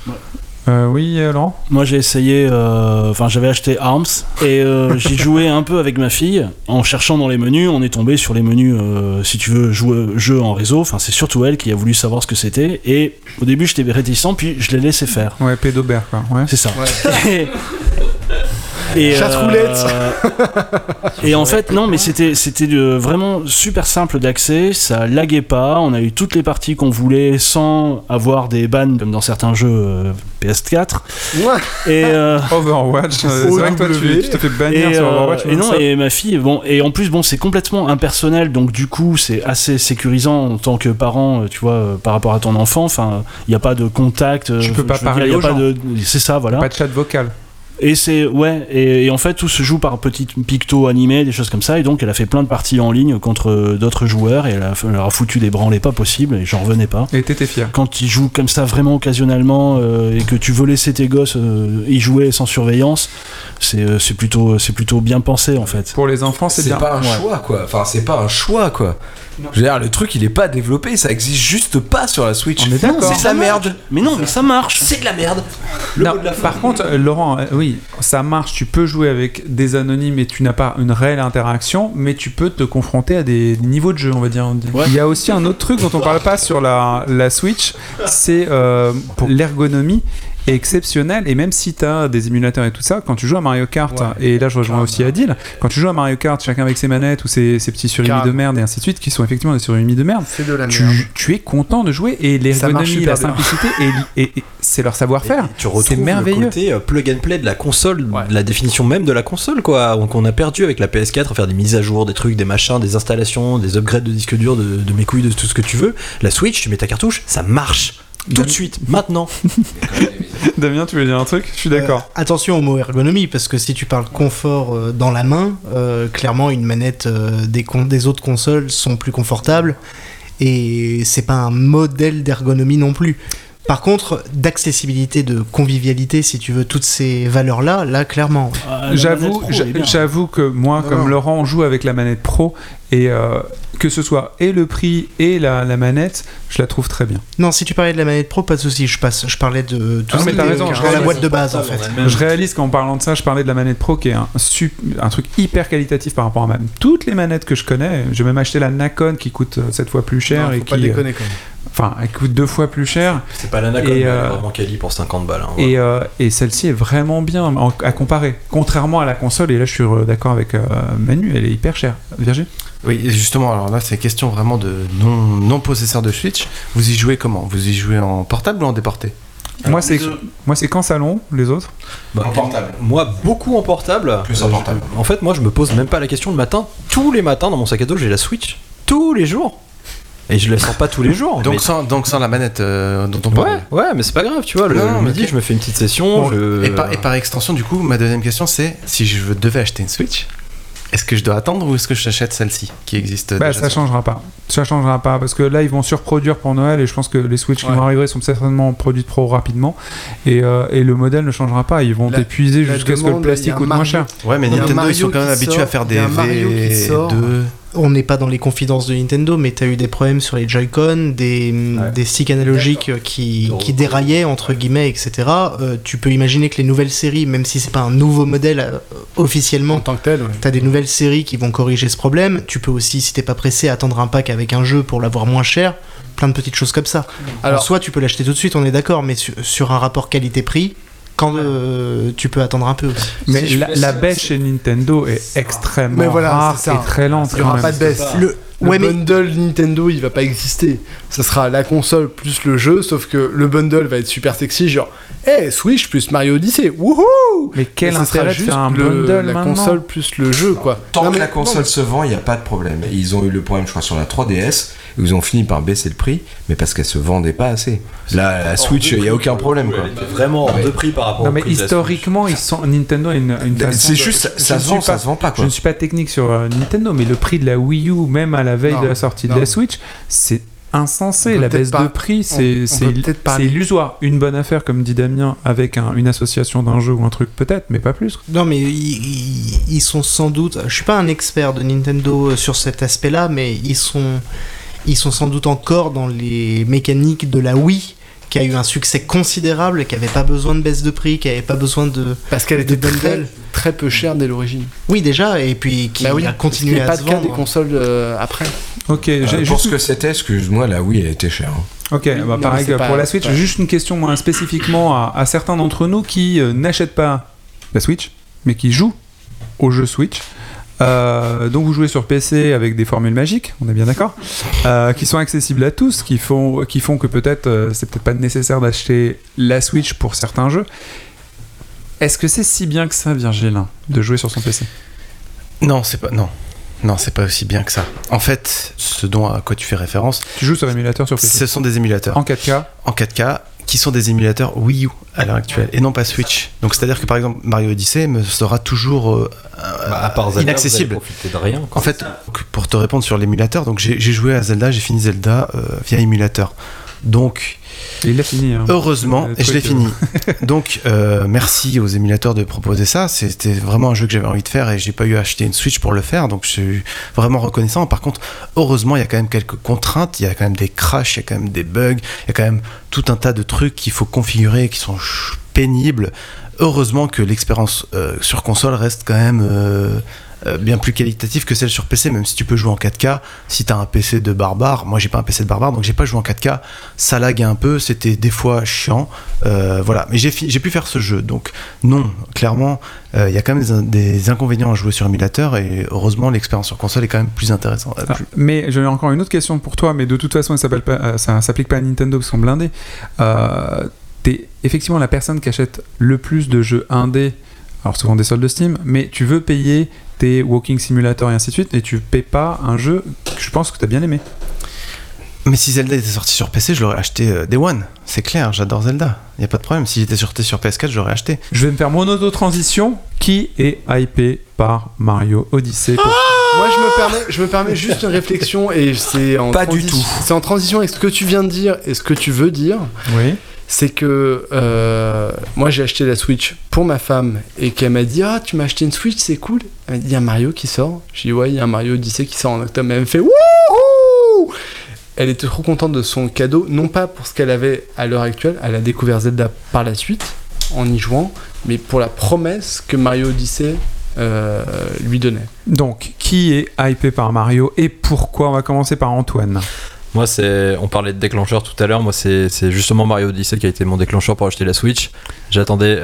[SPEAKER 1] Oui, Laurent.
[SPEAKER 7] Moi j'ai essayé, j'avais acheté ARMS et j'ai joué un peu avec ma fille en cherchant dans les menus. On est tombé sur les menus, si tu veux jouer jeu en réseau. Enfin, c'est surtout elle qui a voulu savoir ce que c'était. Et au début j'étais réticent, puis je l'ai laissé faire.
[SPEAKER 1] Ouais, pédobert, quoi. Ouais.
[SPEAKER 7] C'est ça.
[SPEAKER 6] Ouais.
[SPEAKER 7] Et
[SPEAKER 6] chatroulette.
[SPEAKER 7] Et en fait non, mais c'était vraiment super simple d'accès, ça laguait pas, on a eu toutes les parties qu'on voulait sans avoir des bans comme dans certains jeux PS4.
[SPEAKER 6] Ouais.
[SPEAKER 7] Et
[SPEAKER 1] Overwatch, c'est vrai que toi tu te fais bannir sur Overwatch.
[SPEAKER 7] Et non, et ma fille, et en plus c'est complètement impersonnel, donc du coup c'est assez sécurisant en tant que parent, tu vois, par rapport à ton enfant. Enfin, il n'y a pas de contact.
[SPEAKER 1] Tu peux pas parler aux gens.
[SPEAKER 7] C'est ça, voilà.
[SPEAKER 1] Pas de chat vocal.
[SPEAKER 7] Et c'est et en fait tout se joue par petits pictos animés, des choses comme ça, et donc elle a fait plein de parties en ligne contre d'autres joueurs et elle leur a foutu des branlées pas possibles et j'en revenais pas.
[SPEAKER 1] Et t'étais fier.
[SPEAKER 7] Quand ils jouent comme ça vraiment occasionnellement et que tu veux laisser tes gosses y jouer sans surveillance, c'est plutôt bien pensé en fait.
[SPEAKER 1] Pour les enfants c'est bien.
[SPEAKER 8] C'est pas un choix, quoi. Enfin, c'est pas un choix, quoi. Non. Je veux dire, le truc il est pas développé, ça existe juste pas sur la Switch.
[SPEAKER 1] On est d'accord.
[SPEAKER 8] C'est de la merde.
[SPEAKER 7] Mais non, mais ça marche.
[SPEAKER 8] C'est de la merde.
[SPEAKER 1] Par contre, Laurent, oui, ça marche. Tu peux jouer avec des anonymes et tu n'as pas une réelle interaction, mais tu peux te confronter à des niveaux de jeu, on va dire. Ouais. Il y a aussi un autre truc dont on parle pas sur la Switch, c'est pour l'ergonomie. Est exceptionnel, et même si tu as des émulateurs et tout ça, quand tu joues à Mario Kart, et là je rejoins aussi Adil, quand tu joues à Mario Kart, chacun avec ses manettes ou ses petits surimi de merde et ainsi de suite, qui sont effectivement des surimi de merde,
[SPEAKER 6] c'est de la merde.
[SPEAKER 1] Tu es content de jouer, et l'ergonomie, la simplicité, et c'est leur savoir-faire.
[SPEAKER 3] Tu retrouves
[SPEAKER 1] merveilleux.
[SPEAKER 3] Le côté plug and play de la console, de la définition même de la console, quoi. Donc on a perdu avec la PS4 à faire des mises à jour, des trucs, des machins, des installations, des upgrades de disque dur, de mes couilles, de tout ce que tu veux. La Switch, tu mets ta cartouche, ça marche. Tout de suite, maintenant.
[SPEAKER 1] Damien, tu veux dire un truc? Je suis d'accord.
[SPEAKER 4] Attention au mot ergonomie, parce que si tu parles confort dans la main, clairement une manette des autres consoles sont plus confortables, et c'est pas un modèle d'ergonomie non plus. Par contre, d'accessibilité, de convivialité, si tu veux, toutes ces valeurs-là, là, clairement.
[SPEAKER 1] J'avoue que moi, comme Laurent, on joue avec la manette Pro, et que ce soit et le prix et la manette, je la trouve très bien.
[SPEAKER 4] Non, si tu parlais de la manette Pro, pas de souci, je parlais de tout
[SPEAKER 1] mais t'as raison,
[SPEAKER 4] dans la boîte de base, en fait.
[SPEAKER 1] Je réalise qu'en parlant de ça, je parlais de la manette Pro, qui est un truc hyper qualitatif par rapport à toutes les manettes que je connais. J'ai même acheté la Nacon qui coûte 7 fois plus cher.
[SPEAKER 6] Non, faut pas déconner quand même.
[SPEAKER 1] Enfin, elle coûte 2 fois plus cher.
[SPEAKER 3] C'est pas l'Anacom, elle est vraiment quali pour 50 balles. Hein,
[SPEAKER 1] et celle-ci est vraiment bien à comparer. Contrairement à la console, et là je suis d'accord avec Manu, elle est hyper chère. Virgile ?
[SPEAKER 10] Oui, justement, alors là c'est question vraiment de non-possesseur de Switch. Vous y jouez comment ? Vous y jouez en portable ou en déporté ?
[SPEAKER 1] Moi c'est qu'en salon, les autres.
[SPEAKER 3] En portable. Moi beaucoup en portable.
[SPEAKER 8] Plus en portable.
[SPEAKER 3] En fait moi je me pose même pas la question le matin. Tous les matins dans mon sac à dos j'ai la Switch. Tous les jours. Et je la sors pas tous les jours.
[SPEAKER 10] Donc sans la manette dont on parle.
[SPEAKER 3] Ouais, mais c'est pas grave, tu vois. Le midi, je me fais une petite session.
[SPEAKER 10] Et par extension, du coup, ma deuxième question, c'est si je devais acheter une Switch, est-ce que je dois attendre ou est-ce que j'achète celle-ci qui existe déjà
[SPEAKER 1] ça changera pas. Ça changera pas parce que là, ils vont surproduire pour Noël et je pense que les Switch qui vont arriver sont certainement produites trop rapidement et le modèle ne changera pas. Ils vont épuiser jusqu'à ce que le plastique coûte moins cher.
[SPEAKER 10] Ouais, mais Nintendo, ils sont quand même habitués à faire des V2.
[SPEAKER 4] On n'est pas dans les confidences de Nintendo, mais t'as eu des problèmes sur les Joy-Con, des sticks analogiques qui déraillaient, entre guillemets, etc. Tu peux imaginer que les nouvelles séries, même si c'est pas un nouveau modèle officiellement, en tant que tel, t'as des nouvelles séries qui vont corriger ce problème. Tu peux aussi, si t'es pas pressé, attendre un pack avec un jeu pour l'avoir moins cher. Plein de petites choses comme ça. Alors, soit tu peux l'acheter tout de suite, on est d'accord, mais sur un rapport qualité-prix, quand tu peux attendre un peu aussi.
[SPEAKER 1] Mais la baisse chez Nintendo est extrêmement rare et très lente.
[SPEAKER 6] Il n'y aura pas de baisse. Le bundle Nintendo, il va pas exister. Ça sera la console plus le jeu, sauf que le bundle va être super sexy, genre Switch plus Mario Odyssey, wouhou.
[SPEAKER 1] Mais quel intérêt de faire un bundle
[SPEAKER 6] la console plus le jeu, quoi.
[SPEAKER 8] Tant que la console se vend, il n'y a pas de problème. Ils ont eu le problème, je crois, sur la 3DS. Ils ont fini par baisser le prix, mais parce qu'elle se vendait pas assez. Là, la Switch, il n'y a aucun problème, quoi.
[SPEAKER 3] Elle était vraiment hors de prix par rapport au prix.
[SPEAKER 1] Non, mais historiquement, Nintendo a une façon.
[SPEAKER 8] C'est juste, ça se vend pas, quoi.
[SPEAKER 1] Je ne suis pas technique sur Nintendo, mais le prix de la Wii U, même à la veille de la sortie de la Switch, c'est insensé. La baisse de prix, c'est illusoire. Une bonne affaire, comme dit Damien, avec une association d'un jeu ou un truc, peut-être, mais pas plus.
[SPEAKER 4] Non, mais ils sont sans doute. Je suis pas un expert de Nintendo sur cet aspect-là, mais ils sont sans doute encore dans les mécaniques de la Wii, qui a eu un succès considérable, qui n'avait pas besoin de baisse de prix, qui n'avait pas besoin de.
[SPEAKER 6] Parce qu'elle était très peu chère dès l'origine.
[SPEAKER 4] Oui, déjà, et puis qui a continué à se vendre.
[SPEAKER 6] Il n'y a pas de cas des consoles après.
[SPEAKER 1] Ok,
[SPEAKER 8] pour ce que c'était, excuse-moi, la Wii, elle était chère.
[SPEAKER 1] Ok, pareil que pour la Switch, juste une question moi, spécifiquement à certains d'entre nous qui n'achètent pas la Switch, mais qui jouent au jeu Switch. Donc vous jouez sur PC avec des formules magiques, on est bien d'accord, qui sont accessibles à tous, qui font que peut-être c'est peut-être pas nécessaire d'acheter la Switch pour certains jeux. Est-ce que c'est si bien que ça, Virgile, de jouer sur son PC ?
[SPEAKER 10] Non, c'est pas aussi bien que ça. En fait, ce à quoi tu fais référence...
[SPEAKER 1] Tu joues sur émulateur sur PC ?
[SPEAKER 10] Ce sont des émulateurs.
[SPEAKER 1] En 4K ?
[SPEAKER 10] En 4K, qui sont des émulateurs Wii U à l'heure actuelle, et non pas Switch. Donc c'est-à-dire que par exemple, Mario Odyssey me sera toujours
[SPEAKER 3] à part Zelda,
[SPEAKER 10] inaccessible.
[SPEAKER 3] Vous allez profiter de rien, quoi.
[SPEAKER 10] En fait, pour te répondre sur l'émulateur, donc j'ai joué à Zelda, j'ai fini Zelda via émulateur. Donc...
[SPEAKER 1] Et il l'a fini.
[SPEAKER 10] Heureusement, et je l'ai fini. Donc, merci aux émulateurs de proposer ça. C'était vraiment un jeu que j'avais envie de faire et j'ai pas eu à acheter une Switch pour le faire. Donc, je suis vraiment reconnaissant. Par contre, heureusement, il y a quand même quelques contraintes. Il y a quand même des crashs, il y a quand même des bugs. Il y a quand même tout un tas de trucs qu'il faut configurer qui sont pénibles. Heureusement que l'expérience sur console reste quand même... bien plus qualitatif que celle sur PC, même si tu peux jouer en 4K. Si t'as un PC de barbare, moi j'ai pas un PC de barbare, donc j'ai pas joué en 4K, ça laguait un peu, c'était des fois chiant, voilà, mais j'ai pu faire ce jeu, donc non, clairement il y a quand même des inconvénients à jouer sur émulateur, et heureusement l'expérience sur console est quand même plus intéressante.
[SPEAKER 1] Mais j'ai encore une autre question pour toi, mais de toute façon ça s'applique pas à Nintendo parce qu'ils sont blindés. T'es effectivement la personne qui achète le plus de jeux indés, alors souvent des soldes de Steam, mais tu veux payer tes Walking Simulator et ainsi de suite, et tu payes pas un jeu que je pense que tu as bien aimé.
[SPEAKER 10] Mais si Zelda était sorti sur PC, je l'aurais acheté Day One. C'est clair, j'adore Zelda. Il n'y a pas de problème. Si j'étais sorti sur PS4, je l'aurais acheté.
[SPEAKER 1] Je vais me faire mon auto-transition. Qui est hypé par Mario Odyssey
[SPEAKER 6] Moi, je me permets juste une réflexion, et c'est en
[SPEAKER 8] pas du tout.
[SPEAKER 6] C'est en transition avec ce que tu viens de dire et ce que tu veux dire.
[SPEAKER 1] Oui.
[SPEAKER 6] C'est que moi j'ai acheté la Switch pour ma femme et qu'elle m'a dit tu m'as acheté une Switch, c'est cool. Elle m'a dit il y a un Mario qui sort. J'ai dit ouais, il y a un Mario Odyssey qui sort en octobre. Elle me fait wouhou. Elle était trop contente de son cadeau, non pas pour ce qu'elle avait à l'heure actuelle, elle a découvert Zelda par la suite en y jouant, mais pour la promesse que Mario Odyssey lui donnait.
[SPEAKER 1] Donc qui est hypé par Mario et pourquoi? On va commencer par Antoine.
[SPEAKER 3] Moi, on parlait de déclencheur tout à l'heure. Moi, c'est justement Mario Odyssey qui a été mon déclencheur pour acheter la Switch. J'attendais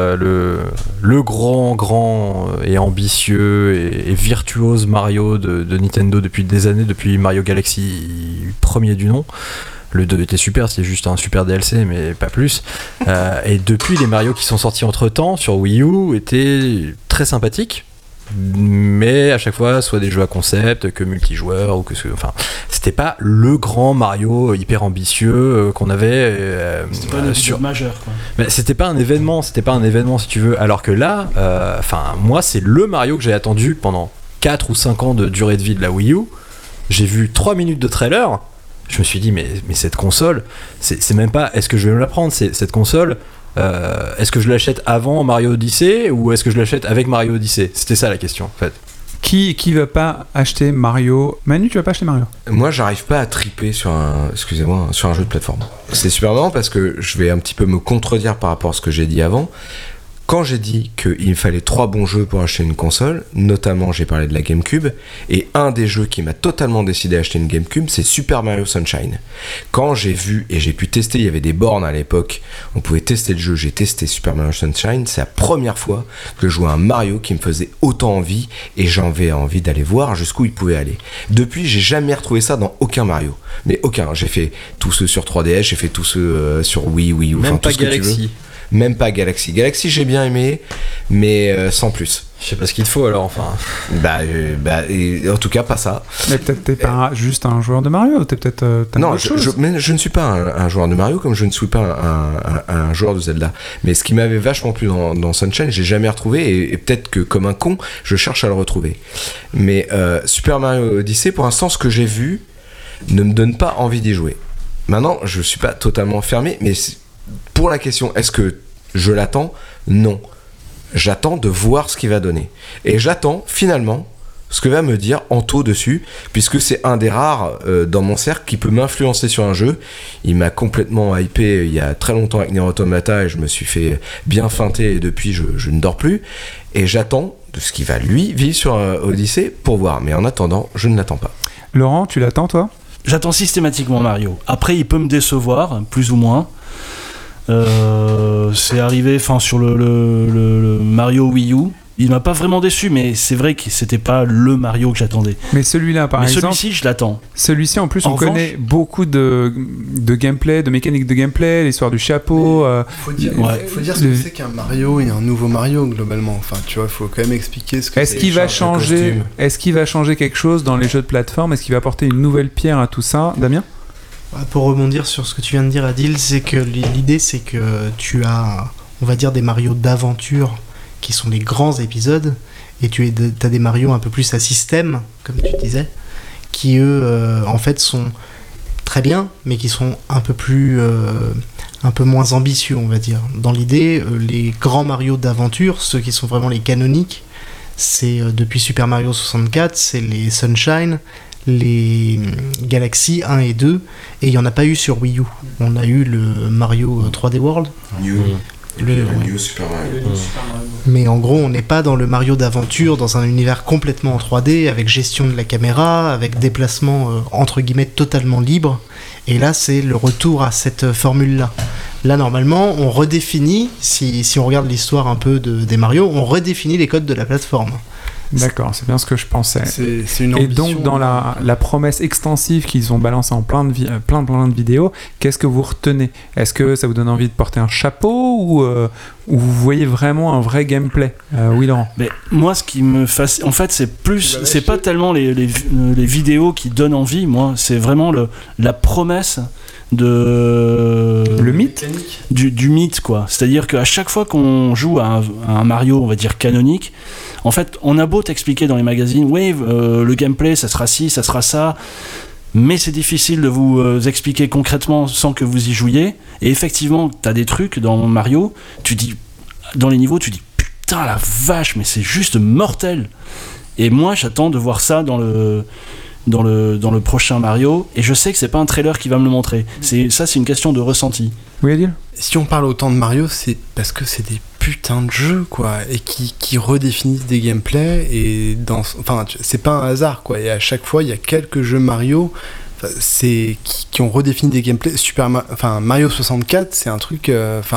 [SPEAKER 3] le grand et ambitieux et virtuose Mario de Nintendo depuis des années, depuis Mario Galaxy premier du nom. Le 2 était super, c'est juste un super DLC, mais pas plus. Et depuis, les Mario qui sont sortis entre-temps sur Wii U étaient très sympathiques. Mais à chaque fois, soit des jeux à concept, que multijoueur, ou enfin, c'était pas le grand Mario hyper ambitieux qu'on avait
[SPEAKER 7] c'était pas un événement majeur, quoi.
[SPEAKER 3] Mais c'était pas un événement si tu veux. Alors que là, moi, c'est le Mario que j'ai attendu pendant 4 ou 5 ans de durée de vie de la Wii U. J'ai vu 3 minutes de trailer. Je me suis dit, mais cette console, c'est même pas est-ce que je vais me la prendre, c'est cette console. Est-ce que je l'achète avant Mario Odyssey ou est-ce que je l'achète avec Mario Odyssey? C'était ça la question en fait.
[SPEAKER 1] Qui va pas acheter Mario? Manu, tu vas pas acheter Mario?
[SPEAKER 8] Moi, j'arrive pas à triper sur un jeu de plateforme. C'est super marrant parce que je vais un petit peu me contredire par rapport à ce que j'ai dit avant. Quand j'ai dit qu'il me fallait 3 bons jeux pour acheter une console, notamment j'ai parlé de la GameCube, et un des jeux qui m'a totalement décidé à acheter une GameCube, c'est Super Mario Sunshine. Quand j'ai vu et j'ai pu tester, il y avait des bornes à l'époque, on pouvait tester le jeu, j'ai testé Super Mario Sunshine, c'est la première fois que je jouais à un Mario qui me faisait autant envie, et j'avais envie d'aller voir jusqu'où il pouvait aller. Depuis, j'ai jamais retrouvé ça dans aucun Mario. Mais aucun, j'ai fait tous ceux sur 3DS, j'ai fait tous ceux sur Wii U,
[SPEAKER 3] même
[SPEAKER 8] enfin
[SPEAKER 3] pas
[SPEAKER 8] tout ce que tu veux. Même pas Galaxy. Galaxy, j'ai bien aimé, mais sans plus.
[SPEAKER 3] Je sais pas ce qu'il te faut alors, enfin.
[SPEAKER 8] En tout cas, pas ça.
[SPEAKER 1] Mais peut-être t'es pas juste un joueur de Mario, t'es peut-être.
[SPEAKER 8] Non, je ne suis pas un joueur de Mario comme je ne suis pas un joueur de Zelda. Mais ce qui m'avait vachement plu dans Sunshine, j'ai jamais retrouvé, et peut-être que comme un con, je cherche à le retrouver. Mais Super Mario Odyssey, pour l'instant, ce que j'ai vu ne me donne pas envie d'y jouer. Maintenant, je suis pas totalement fermé, mais pour la question, est-ce que je l'attends? Non. J'attends de voir ce qu'il va donner. Et j'attends, finalement, ce que va me dire Anto dessus, puisque c'est un des rares dans mon cercle qui peut m'influencer sur un jeu. Il m'a complètement hypé il y a très longtemps avec Nier Automata, et je me suis fait bien feinter, et depuis, je ne dors plus. Et j'attends de ce qu'il va, lui, vivre sur Odyssey pour voir. Mais en attendant, je ne l'attends pas.
[SPEAKER 1] Laurent, tu l'attends, toi?
[SPEAKER 7] J'attends systématiquement Mario. Après, il peut me décevoir, plus ou moins. C'est arrivé sur le Mario Wii U. Il m'a pas vraiment déçu, mais c'est vrai que c'était pas le Mario que j'attendais.
[SPEAKER 1] Mais celui-là, par exemple.
[SPEAKER 7] Celui-ci, je l'attends.
[SPEAKER 1] Celui-ci, en plus, on connaît beaucoup de gameplay, de mécanique de gameplay, l'histoire du chapeau.
[SPEAKER 6] Faut dire ce que c'est qu'un Mario et un nouveau Mario, globalement. Enfin, tu vois, il faut quand même expliquer ce que
[SPEAKER 1] Est-ce qu'il va changer quelque chose dans les jeux de plateforme? Est-ce qu'il va apporter une nouvelle pierre à tout ça? Damien?
[SPEAKER 4] Pour rebondir sur ce que tu viens de dire, Adil, c'est que l'idée, c'est que tu as, on va dire, des Mario d'aventure qui sont les grands épisodes, et tu as des Mario un peu plus à système, comme tu disais, qui eux, en fait, sont très bien, mais qui sont un peu moins ambitieux, on va dire. Dans l'idée, les grands Mario d'aventure, ceux qui sont vraiment les canoniques, c'est depuis Super Mario 64, c'est les Sunshine, les Galaxy 1 et 2, et il n'y en a pas eu sur Wii U. On a eu le Mario 3D World.
[SPEAKER 8] New Super Mario.
[SPEAKER 4] Mais en gros, on n'est pas dans le Mario d'aventure, dans un univers complètement en 3D, avec gestion de la caméra, avec déplacement entre guillemets totalement libre. Et là, c'est le retour à cette formule-là. Là, normalement, on redéfinit, si on regarde l'histoire un peu des Mario, on redéfinit les codes de la plateforme.
[SPEAKER 1] D'accord, c'est bien ce que je pensais.
[SPEAKER 6] C'est une ambition.
[SPEAKER 1] Et donc, dans la promesse extensive qu'ils ont balancée en plein de vidéos, qu'est-ce que vous retenez? Est-ce que ça vous donne envie de porter un chapeau ou vous voyez vraiment un vrai gameplay? Oui, Laurent.
[SPEAKER 7] Mais moi, ce qui me fascine, en fait, c'est pas tellement les vidéos qui donnent envie. Moi, c'est vraiment la promesse
[SPEAKER 1] le mythe
[SPEAKER 7] du mythe, quoi. C'est-à-dire qu'à chaque fois qu'on joue à un Mario, on va dire canonique, en fait, on a beau t'expliquer dans les magazines, oui, le gameplay, ça sera ci, ça sera ça, mais c'est difficile de vous expliquer concrètement sans que vous y jouiez. Et effectivement, t'as des trucs dans Mario, tu dis, dans les niveaux, tu dis, putain la vache, mais c'est juste mortel. Et moi, j'attends de voir ça dans le prochain Mario, et je sais que c'est pas un trailer qui va me le montrer. C'est une question de ressenti.
[SPEAKER 1] Oui, Adil?
[SPEAKER 6] Si on parle autant de Mario, c'est parce que c'est des putains de jeux, quoi, et qui redéfinissent des gameplays, et c'est pas un hasard, quoi. Et à chaque fois, il y a quelques jeux Mario qui ont redéfini des gameplays. Mario 64, c'est un truc.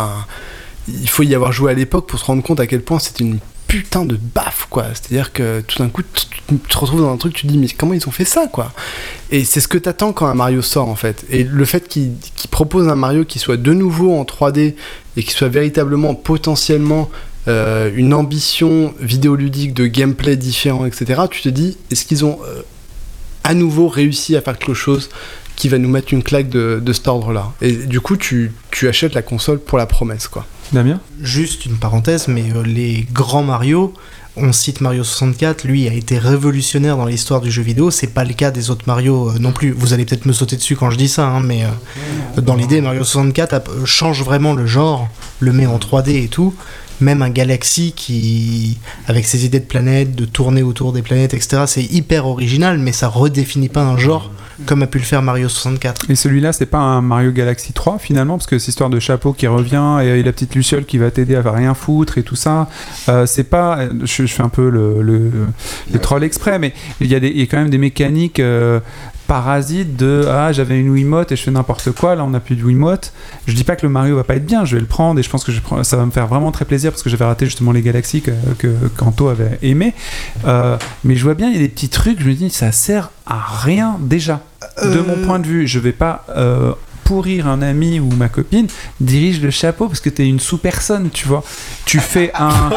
[SPEAKER 6] Il faut y avoir joué à l'époque pour se rendre compte à quel point c'était une putain de baffe, quoi. C'est-à-dire que tout d'un coup, tu te retrouves dans un truc, tu te dis, mais comment ils ont fait ça, quoi. Et c'est ce que t'attends quand un Mario sort, en fait. Et le fait qu'ils proposent un Mario qui soit de nouveau en 3D et qui soit véritablement, potentiellement, une ambition vidéoludique de gameplay différent, etc., tu te dis, est-ce qu'ils ont à nouveau réussi à faire quelque chose qui va nous mettre une claque de cet ordre-là. Et du coup, tu achètes la console pour la promesse, quoi.
[SPEAKER 1] Damien ?
[SPEAKER 4] Juste une parenthèse, mais les grands Mario, on cite Mario 64, lui a été révolutionnaire dans l'histoire du jeu vidéo, c'est pas le cas des autres Mario non plus. Vous allez peut-être me sauter dessus quand je dis ça, hein, mais dans l'idée, Mario 64 change vraiment le genre, le met en 3D et tout. Même un Galaxy qui, avec ses idées de planètes, de tourner autour des planètes, etc., c'est hyper original, mais ça redéfinit pas un genre comme a pu le faire Mario 64.
[SPEAKER 1] Et celui-là, c'est pas un Mario Galaxy 3 finalement, parce que c'est histoire de chapeau qui revient et la petite Luciole qui va t'aider à rien foutre et tout ça. C'est pas, je fais un peu le troll exprès, mais il y a quand même des mécaniques parasites de j'avais une Wiimote et je fais n'importe quoi, là on n'a plus de Wiimote. Je dis pas que le Mario va pas être bien, je vais le prendre et je pense que ça va me faire vraiment très plaisir parce que j'avais raté justement les Galaxies que Kanto avait aimé. Mais je vois bien, il y a des petits trucs, je me dis ça sert à rien déjà. De mon point de vue, je vais pas pourrir un ami ou ma copine, dirige le chapeau parce que t'es une sous-personne, tu vois. Tu fais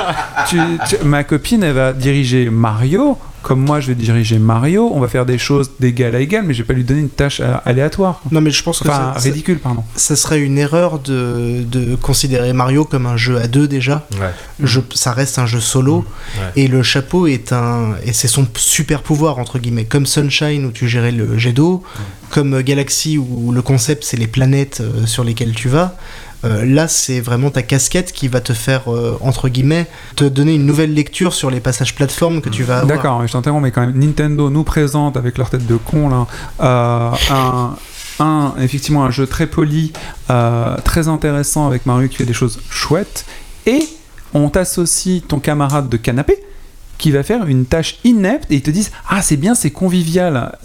[SPEAKER 1] ma copine, elle va diriger Mario, comme moi je vais diriger Mario, on va faire des choses d'égal à égal, mais je vais pas lui donner une tâche aléatoire.
[SPEAKER 4] Non, mais je pense que
[SPEAKER 1] ridicule, pardon. Ça
[SPEAKER 4] serait une erreur de considérer Mario comme un jeu à deux déjà. Ouais. Ça reste un jeu solo, et le chapeau et c'est son super pouvoir entre guillemets, comme Sunshine où tu gérais le jet d'eau, comme Galaxy où le concept c'est les planètes sur lesquelles tu vas. Là, c'est vraiment ta casquette qui va te faire, entre guillemets, te donner une nouvelle lecture sur les passages plateformes que tu vas avoir.
[SPEAKER 1] D'accord, mais je t'interromps, mais quand même, Nintendo nous présente avec leur tête de con, là, effectivement, un jeu très poli, très intéressant avec Mario qui fait des choses chouettes, et on t'associe ton camarade de canapé qui va faire une tâche inepte et ils te disent c'est bien, c'est convivial.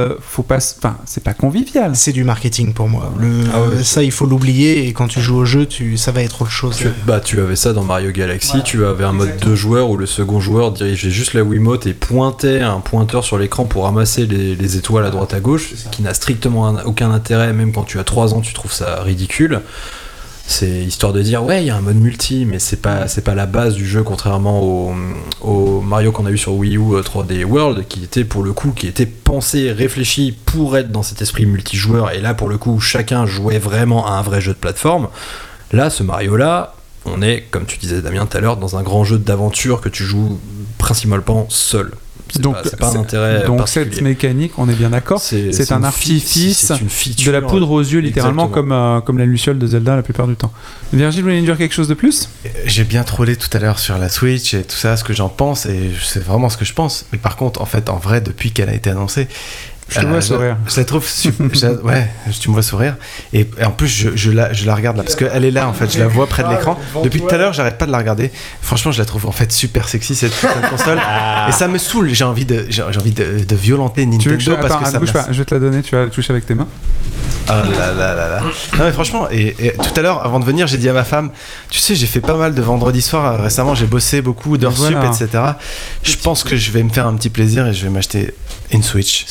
[SPEAKER 1] C'est pas convivial,
[SPEAKER 4] c'est du marketing pour moi. Ça il faut l'oublier, et quand tu joues au jeu ça va être autre chose.
[SPEAKER 3] Tu avais ça dans Mario Galaxy, tu avais un mode 2 joueurs où le second joueur dirigeait juste la Wiimote et pointait un pointeur sur l'écran pour ramasser les étoiles à droite à gauche, ce qui n'a strictement aucun intérêt. Même quand tu as 3 ans tu trouves ça ridicule. C'est histoire de dire il y a un mode multi, mais c'est pas la base du jeu, contrairement au Mario qu'on a eu sur Wii U 3D World, qui était pour le coup pensé, réfléchi pour être dans cet esprit multijoueur, et là pour le coup chacun jouait vraiment à un vrai jeu de plateforme. Là, ce Mario là, on est, comme tu disais Damien tout à l'heure, dans un grand jeu d'aventure que tu joues principalement seul. C'est pas un intérêt
[SPEAKER 1] donc
[SPEAKER 3] particulier.
[SPEAKER 1] Cette mécanique, on est bien d'accord, c'est un artifice de la poudre aux yeux, littéralement, comme la Luciole de Zelda la plupart du temps. Virgile, vous voulez nous dire quelque chose de plus ?
[SPEAKER 10] J'ai bien trollé tout à l'heure sur la Switch et tout ça, ce que j'en pense, et c'est vraiment ce que je pense. Mais par contre, en vrai, depuis qu'elle a été annoncée,
[SPEAKER 1] je te vois sourire.
[SPEAKER 10] Je la trouve ouais, tu me vois sourire. Et en plus, je la regarde là, parce qu'elle est là, en fait. Je la vois près de l'écran. Depuis tout à l'heure, j'arrête pas de la regarder. Franchement, je la trouve en fait super sexy, cette console. Et ça me saoule. J'ai envie de violenter Nintendo parce que ça.
[SPEAKER 1] Bouge pas, je vais te la donner. Tu vas la toucher avec tes mains.
[SPEAKER 10] Ah là. Non mais franchement, et tout à l'heure, avant de venir, j'ai dit à ma femme, tu sais, j'ai fait pas mal de vendredi soir récemment, j'ai bossé beaucoup d'heures sup, etc. Je pense que je vais me faire un petit plaisir et je vais m'acheter une Switch.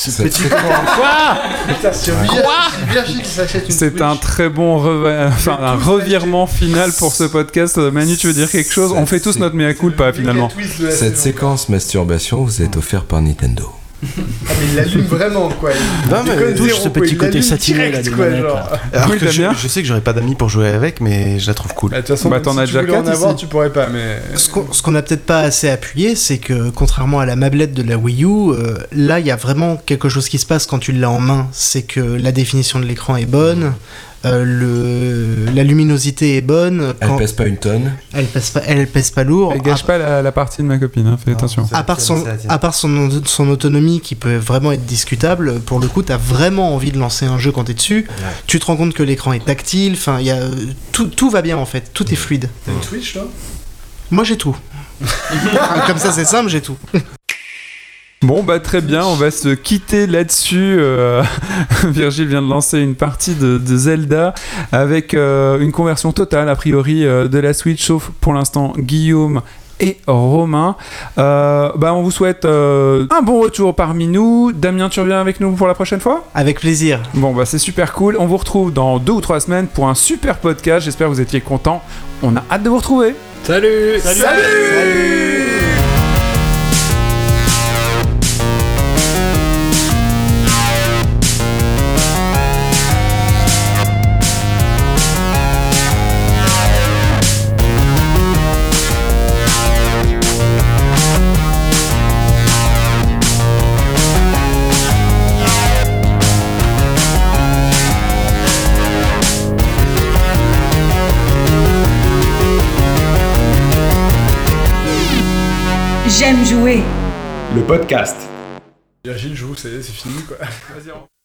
[SPEAKER 1] C'est un très bon un revirement final pour ce podcast. Manu, tu veux dire quelque chose ? On fait tous notre mea culpa finalement.
[SPEAKER 8] Cette séquence masturbation vous est offerte par Nintendo.
[SPEAKER 6] Mais il l'allume vraiment, quoi.
[SPEAKER 7] Non, mais touche ce petit côté satiné là,
[SPEAKER 10] alors que je sais que j'aurais pas d'amis pour jouer avec, mais je la trouve cool.
[SPEAKER 6] De toute façon,
[SPEAKER 1] t'en as déjà 4
[SPEAKER 6] ici. Tu pourrais pas, mais
[SPEAKER 4] ce qu'on a peut-être pas assez appuyé, c'est que contrairement à la mablette de la Wii U, là il y a vraiment quelque chose qui se passe quand tu l'as en main. C'est que la définition de l'écran est bonne. La luminosité est bonne.
[SPEAKER 8] Elle pèse pas une tonne.
[SPEAKER 4] Elle pèse pas lourd.
[SPEAKER 1] Elle gâche pas la partie de ma copine, fais attention.
[SPEAKER 4] À part son autonomie qui peut vraiment être discutable, pour le coup t'as vraiment envie de lancer un jeu quand t'es dessus. Ouais. Tu te rends compte que l'écran est tactile, enfin tout va bien en fait, tout est fluide.
[SPEAKER 6] T'as une Switch toi ?
[SPEAKER 4] Moi j'ai tout. Comme ça c'est simple, j'ai tout.
[SPEAKER 1] Bon bah très bien, on va se quitter là-dessus. Virgile vient de lancer une partie de Zelda avec une conversion totale a priori de la Switch, sauf pour l'instant Guillaume et Romain. On vous souhaite un bon retour parmi nous. Damien, tu reviens avec nous pour la prochaine fois ?
[SPEAKER 4] Avec plaisir.
[SPEAKER 1] Bon bah c'est super cool. On vous retrouve dans 2 ou 3 semaines pour un super podcast. J'espère que vous étiez contents. On a hâte de vous retrouver.
[SPEAKER 3] Salut.
[SPEAKER 11] J'aime jouer.
[SPEAKER 12] Le podcast.
[SPEAKER 6] Virgile joue, c'est fini quoi. Vas-y.